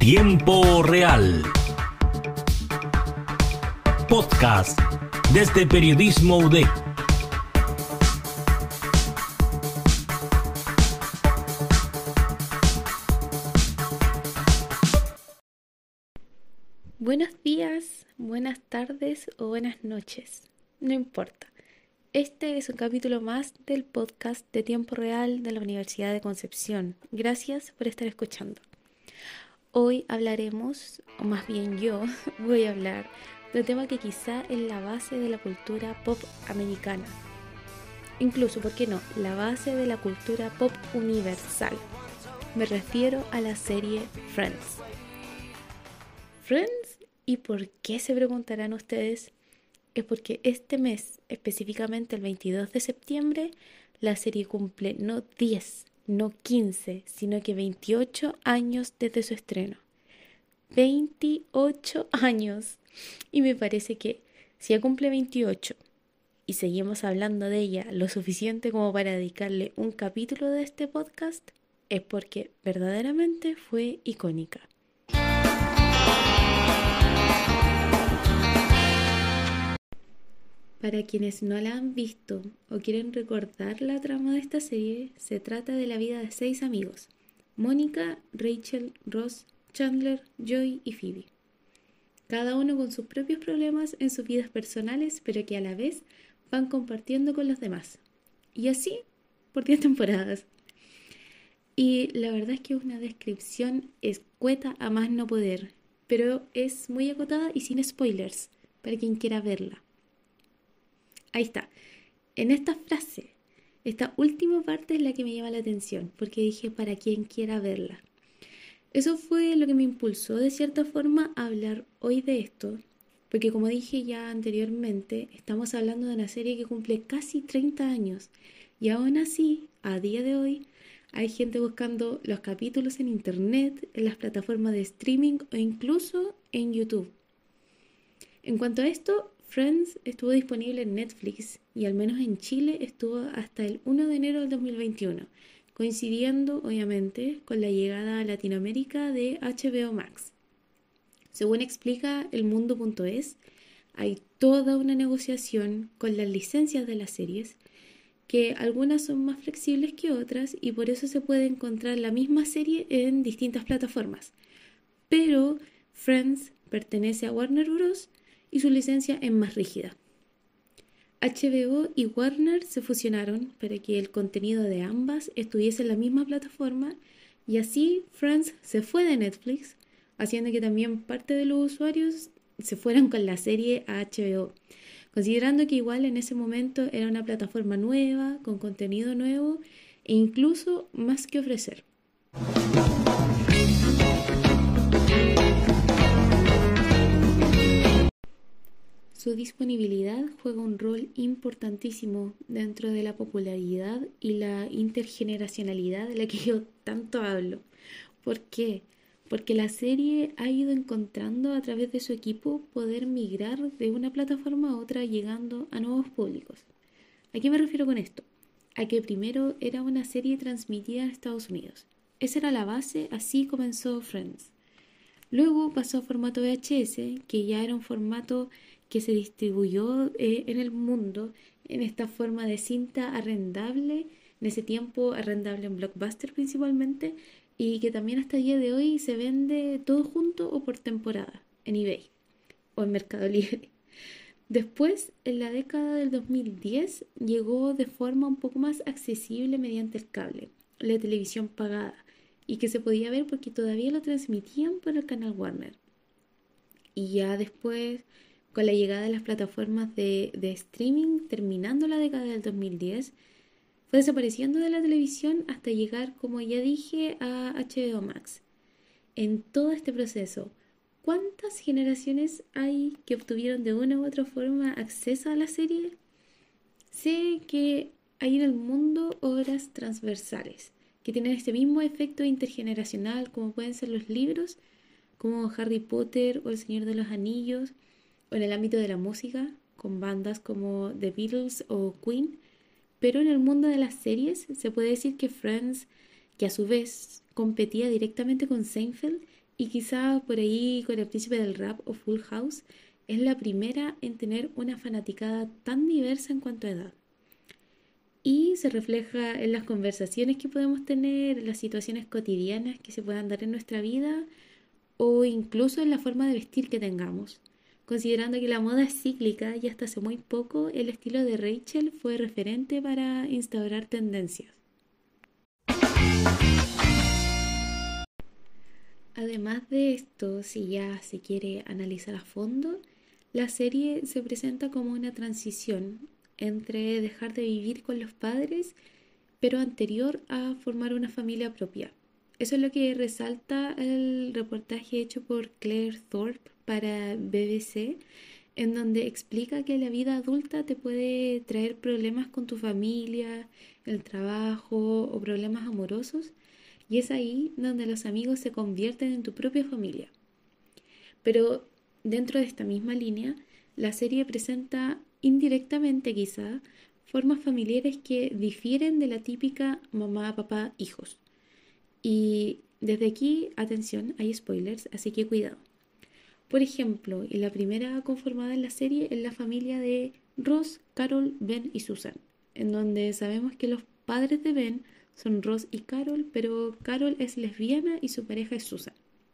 Tiempo Real. Podcast desde Periodismo UDEC. Buenos días, buenas tardes o buenas noches, no importa. Este es un capítulo más del podcast de Tiempo Real de la Universidad de Concepción. Gracias por estar escuchando. Hoy hablaremos, o más bien yo, voy a hablar de un tema que quizá es la base de la cultura pop americana. Incluso, ¿por qué no?, la base de la cultura pop universal. Me refiero a la serie Friends. ¿Friends? ¿Y por qué, se preguntarán ustedes? Es porque este mes, específicamente el 22 de septiembre, la serie cumple no 10, no 15, sino que 28 años desde su estreno. 28 años. Y me parece que si ya cumple 28 y seguimos hablando de ella lo suficiente como para dedicarle un capítulo de este podcast, es porque verdaderamente fue icónica. Para quienes no la han visto o quieren recordar la trama de esta serie, se trata de la vida de 6 amigos: Mónica, Rachel, Ross, Chandler, Joey y Phoebe. Cada uno con sus propios problemas en sus vidas personales, pero que a la vez van compartiendo con los demás. Y así por 10 temporadas. Y la verdad es que es una descripción escueta a más no poder, pero es muy acotada y sin spoilers, para quien quiera verla. Ahí está. En esta frase, esta última parte es la que me llama la atención, porque dije para quien quiera verla. Eso fue lo que me impulsó de cierta forma a hablar hoy de esto, porque como dije ya anteriormente, estamos hablando de una serie que cumple casi 30 años y aún así, a día de hoy, hay gente buscando los capítulos en internet, en las plataformas de streaming o incluso en YouTube. En cuanto a esto, Friends estuvo disponible en Netflix y al menos en Chile estuvo hasta el 1 de enero del 2021, coincidiendo obviamente con la llegada a Latinoamérica de HBO Max. Según explica elmundo.es, hay toda una negociación con las licencias de las series, que algunas son más flexibles que otras y por eso se puede encontrar la misma serie en distintas plataformas. Pero Friends pertenece a Warner Bros. Y su licencia es más rígida. HBO y Warner se fusionaron para que el contenido de ambas estuviese en la misma plataforma y así Friends se fue de Netflix, haciendo que también parte de los usuarios se fueran con la serie a HBO, considerando que igual en ese momento era una plataforma nueva, con contenido nuevo e incluso más que ofrecer. Su disponibilidad juega un rol importantísimo dentro de la popularidad y la intergeneracionalidad de la que yo tanto hablo. ¿Por qué? Porque la serie ha ido encontrando a través de su equipo poder migrar de una plataforma a otra, llegando a nuevos públicos. ¿A qué me refiero con esto? A que primero era una serie transmitida en Estados Unidos. Esa era la base, así comenzó Friends. Luego pasó a formato VHS, que ya era un formato que se distribuyó en el mundo en esta forma de cinta arrendable, en ese tiempo arrendable en Blockbuster principalmente, y que también hasta el día de hoy se vende todo junto o por temporada en eBay o en Mercado Libre. Después, en la década del 2010, llegó de forma un poco más accesible mediante el cable, la televisión pagada, y que se podía ver porque todavía lo transmitían por el canal Warner. Y ya después, con la llegada de las plataformas de streaming, terminando la década del 2010, fue desapareciendo de la televisión hasta llegar, como ya dije, a HBO Max. En todo este proceso, ¿cuántas generaciones hay que obtuvieron de una u otra forma acceso a la serie? Sé que hay en el mundo obras transversales que tienen este mismo efecto intergeneracional, como pueden ser los libros, como Harry Potter o El Señor de los Anillos, o en el ámbito de la música, con bandas como The Beatles o Queen. Pero en el mundo de las series se puede decir que Friends, que a su vez competía directamente con Seinfeld, y quizá por ahí con El Príncipe del Rap o Full House es la primera en tener una fanaticada tan diversa en cuanto a edad. Y se refleja en las conversaciones que podemos tener, en las situaciones cotidianas que se puedan dar en nuestra vida o incluso en la forma de vestir que tengamos. Considerando que la moda es cíclica y hasta hace muy poco el estilo de Rachel fue referente para instaurar tendencias. Además de esto, si ya se quiere analizar a fondo, la serie se presenta como una transición entre dejar de vivir con los padres, pero anterior a formar una familia propia. Eso es lo que resalta el reportaje hecho por Claire Thorpe para BBC, en donde explica que la vida adulta te puede traer problemas con tu familia, el trabajo o problemas amorosos, y es ahí donde los amigos se convierten en tu propia familia. Pero dentro de esta misma línea, la serie presenta indirectamente quizá formas familiares que difieren de la típica mamá, papá, hijos. Y desde aquí, atención, hay spoilers, así que cuidado. Por ejemplo, en la primera conformada en la serie es la familia de Ross, Carol, Ben y Susan, en donde sabemos que los padres de Ben son Ross y Carol, pero Carol es lesbiana y su pareja es Susan.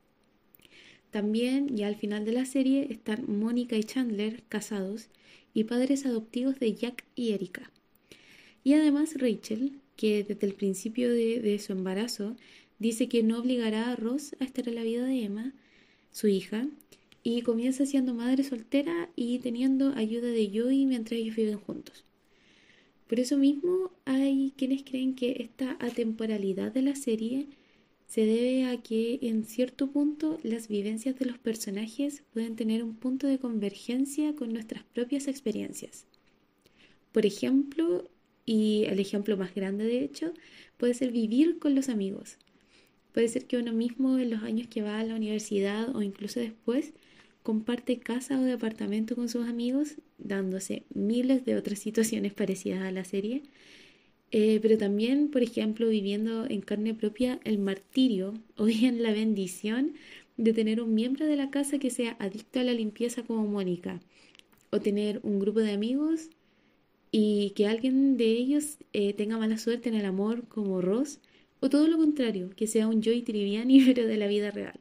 También, ya al final de la serie, están Mónica y Chandler casados y padres adoptivos de Jack y Erika. Y además Rachel, que desde el principio de su embarazo dice que no obligará a Ross a estar en la vida de Emma, su hija, y comienza siendo madre soltera y teniendo ayuda de Joey mientras ellos viven juntos. Por eso mismo hay quienes creen que esta atemporalidad de la serie se debe a que en cierto punto las vivencias de los personajes pueden tener un punto de convergencia con nuestras propias experiencias. Por ejemplo, y el ejemplo más grande de hecho, puede ser vivir con los amigos. Puede ser que uno mismo en los años que va a la universidad o incluso después comparte casa o departamento con sus amigos, dándose miles de otras situaciones parecidas a la serie. Pero también, por ejemplo, viviendo en carne propia el martirio o bien la bendición de tener un miembro de la casa que sea adicto a la limpieza como Mónica, o tener un grupo de amigos y que alguien de ellos tenga mala suerte en el amor como Ross, o todo lo contrario, que sea un Joey Tribbiani pero de la vida real.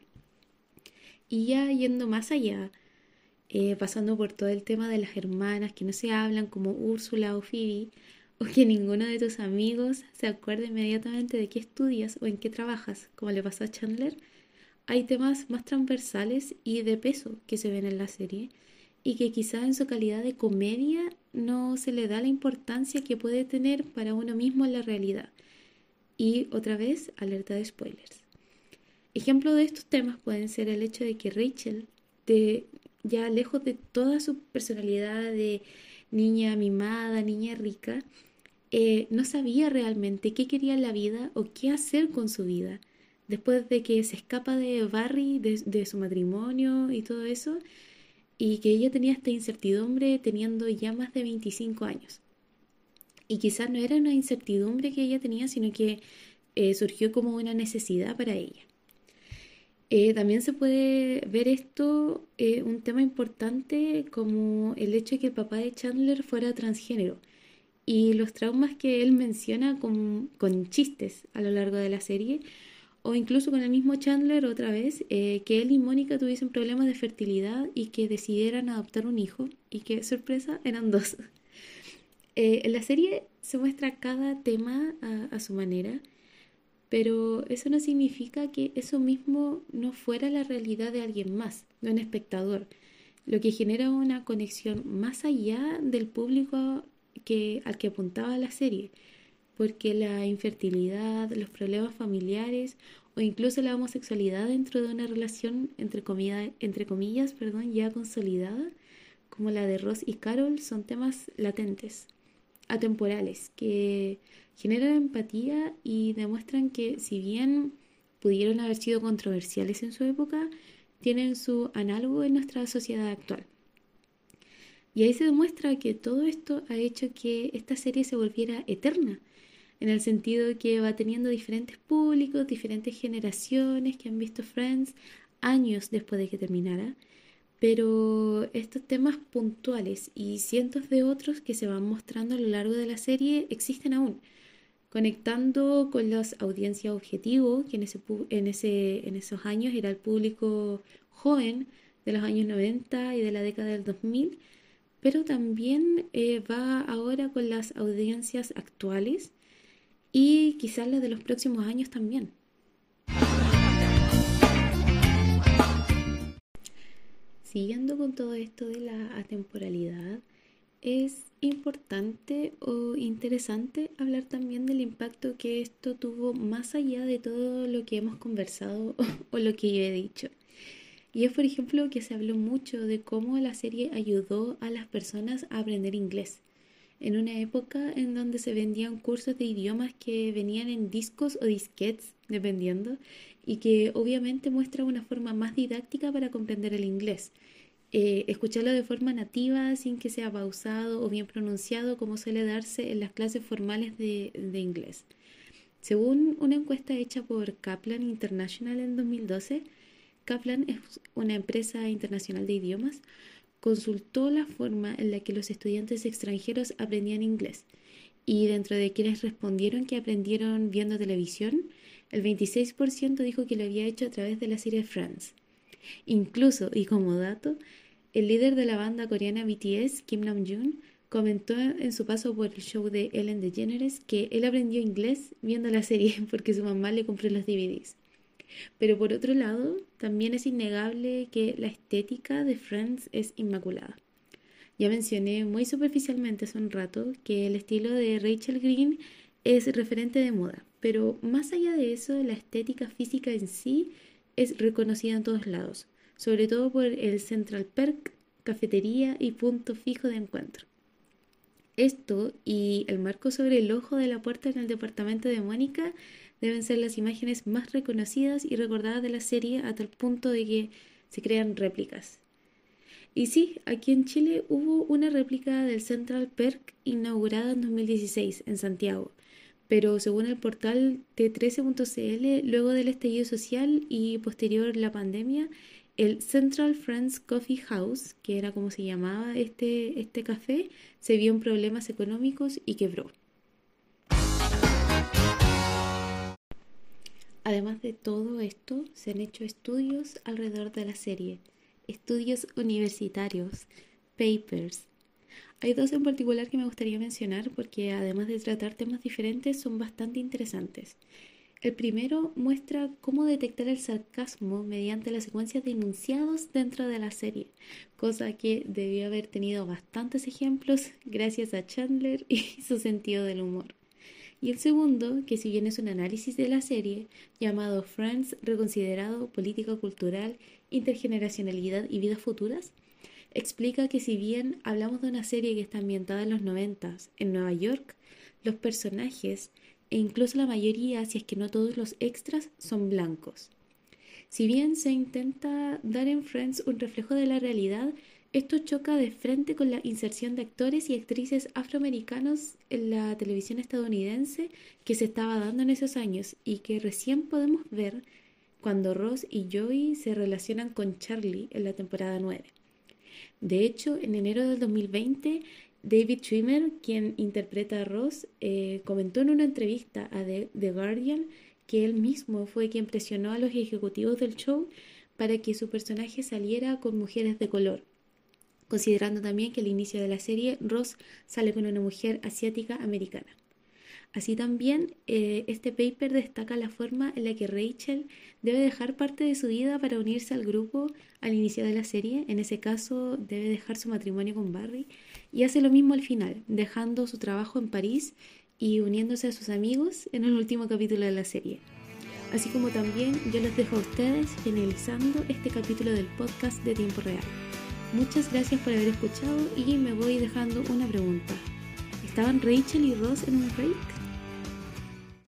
Y ya yendo más allá, pasando por todo el tema de las hermanas que no se hablan como Úrsula o Phoebe, o que ninguno de tus amigos se acuerde inmediatamente de qué estudias o en qué trabajas, como le pasó a Chandler, hay temas más transversales y de peso que se ven en la serie y que quizás en su calidad de comedia no se le da la importancia que puede tener para uno mismo en la realidad. Y otra vez, alerta de spoilers. Ejemplo de estos temas pueden ser el hecho de que Rachel, ya lejos de toda su personalidad de niña mimada, niña rica, no sabía realmente qué quería en la vida o qué hacer con su vida. Después de que se escapa de Barry, de su matrimonio y todo eso, y que ella tenía esta incertidumbre teniendo ya más de 25 años. Y quizás no era una incertidumbre que ella tenía, sino que surgió como una necesidad para ella. También se puede ver esto, un tema importante como el hecho de que el papá de Chandler fuera transgénero y los traumas que él menciona con chistes a lo largo de la serie, o incluso con el mismo Chandler otra vez, que él y Mónica tuviesen problemas de fertilidad y que decidieran adoptar un hijo y que, sorpresa, eran dos. En la serie se muestra cada tema a su manera, pero eso no significa que eso mismo no fuera la realidad de alguien más, de un espectador, lo que genera una conexión más allá del público al que apuntaba la serie, porque la infertilidad, los problemas familiares o incluso la homosexualidad dentro de una relación entre comillas, ya consolidada, como la de Ross y Carol, son temas latentes, atemporales, que generan empatía y demuestran que si bien pudieron haber sido controversiales en su época, tienen su análogo en nuestra sociedad actual. Y ahí se demuestra que todo esto ha hecho que esta serie se volviera eterna, en el sentido de que va teniendo diferentes públicos, diferentes generaciones que han visto Friends años después de que terminara, pero estos temas puntuales y cientos de otros que se van mostrando a lo largo de la serie existen aún, conectando con las audiencias objetivo, que en esos años era el público joven de los años 90 y de la década del 2000, pero también va ahora con las audiencias actuales y quizás las de los próximos años también. Siguiendo con todo esto de la atemporalidad, es importante o interesante hablar también del impacto que esto tuvo más allá de todo lo que hemos conversado o lo que yo he dicho. Y es, por ejemplo, que se habló mucho de cómo la serie ayudó a las personas a aprender inglés. En una época en donde se vendían cursos de idiomas que venían en discos o disquetes, dependiendo, y que obviamente muestra una forma más didáctica para comprender el inglés. Escucharlo de forma nativa, sin que sea pausado o bien pronunciado, como suele darse en las clases formales de inglés. Según una encuesta hecha por Kaplan International en 2012, Kaplan es una empresa internacional de idiomas, consultó la forma en la que los estudiantes extranjeros aprendían inglés, y dentro de quienes respondieron que aprendieron viendo televisión, el 26% dijo que lo había hecho a través de la serie Friends. Incluso, y como dato, el líder de la banda coreana BTS, Kim Namjoon, comentó en su paso por el show de Ellen DeGeneres que él aprendió inglés viendo la serie porque su mamá le compró los DVDs. Pero por otro lado, también es innegable que la estética de Friends es inmaculada. Ya mencioné muy superficialmente hace un rato que el estilo de Rachel Green es referente de moda, pero más allá de eso, la estética física en sí es reconocida en todos lados, sobre todo por el Central Perk, cafetería y punto fijo de encuentro. Esto y el marco sobre el ojo de la puerta en el departamento de Mónica deben ser las imágenes más reconocidas y recordadas de la serie a tal punto de que se crean réplicas. Y sí, aquí en Chile hubo una réplica del Central Perk inaugurada en 2016 en Santiago, pero según el portal T13.cl, luego del estallido social y posterior la pandemia, el Central Friends Coffee House, que era como se llamaba este café, se vio en problemas económicos y quebró. Además de todo esto, se han hecho estudios alrededor de la serie, estudios universitarios, papers. Hay dos en particular que me gustaría mencionar porque además de tratar temas diferentes son bastante interesantes. El primero muestra cómo detectar el sarcasmo mediante las secuencias de enunciados dentro de la serie, cosa que debió haber tenido bastantes ejemplos gracias a Chandler y su sentido del humor. Y el segundo, que si bien es un análisis de la serie, llamado Friends reconsiderado, política cultural, intergeneracionalidad y vidas futuras, explica que si bien hablamos de una serie que está ambientada en los 90 en Nueva York, los personajes e incluso la mayoría, si es que no todos los extras, son blancos. Si bien se intenta dar en Friends un reflejo de la realidad, esto choca de frente con la inserción de actores y actrices afroamericanos en la televisión estadounidense que se estaba dando en esos años y que recién podemos ver cuando Ross y Joey se relacionan con Charlie en la temporada 9. De hecho, en enero del 2020, David Schwimmer, quien interpreta a Ross, comentó en una entrevista a The Guardian que él mismo fue quien presionó a los ejecutivos del show para que su personaje saliera con mujeres de color, considerando también que al inicio de la serie Ross sale con una mujer asiática americana. Así también, este paper destaca la forma en la que Rachel debe dejar parte de su vida para unirse al grupo al inicio de la serie. En ese caso, debe dejar su matrimonio con Barry y hace lo mismo al final, dejando su trabajo en París y uniéndose a sus amigos en el último capítulo de la serie. Así como también yo los dejo a ustedes finalizando este capítulo del podcast de Tiempo Real. Muchas gracias por haber escuchado y me voy dejando una pregunta. ¿Estaban Rachel y Ross en un break?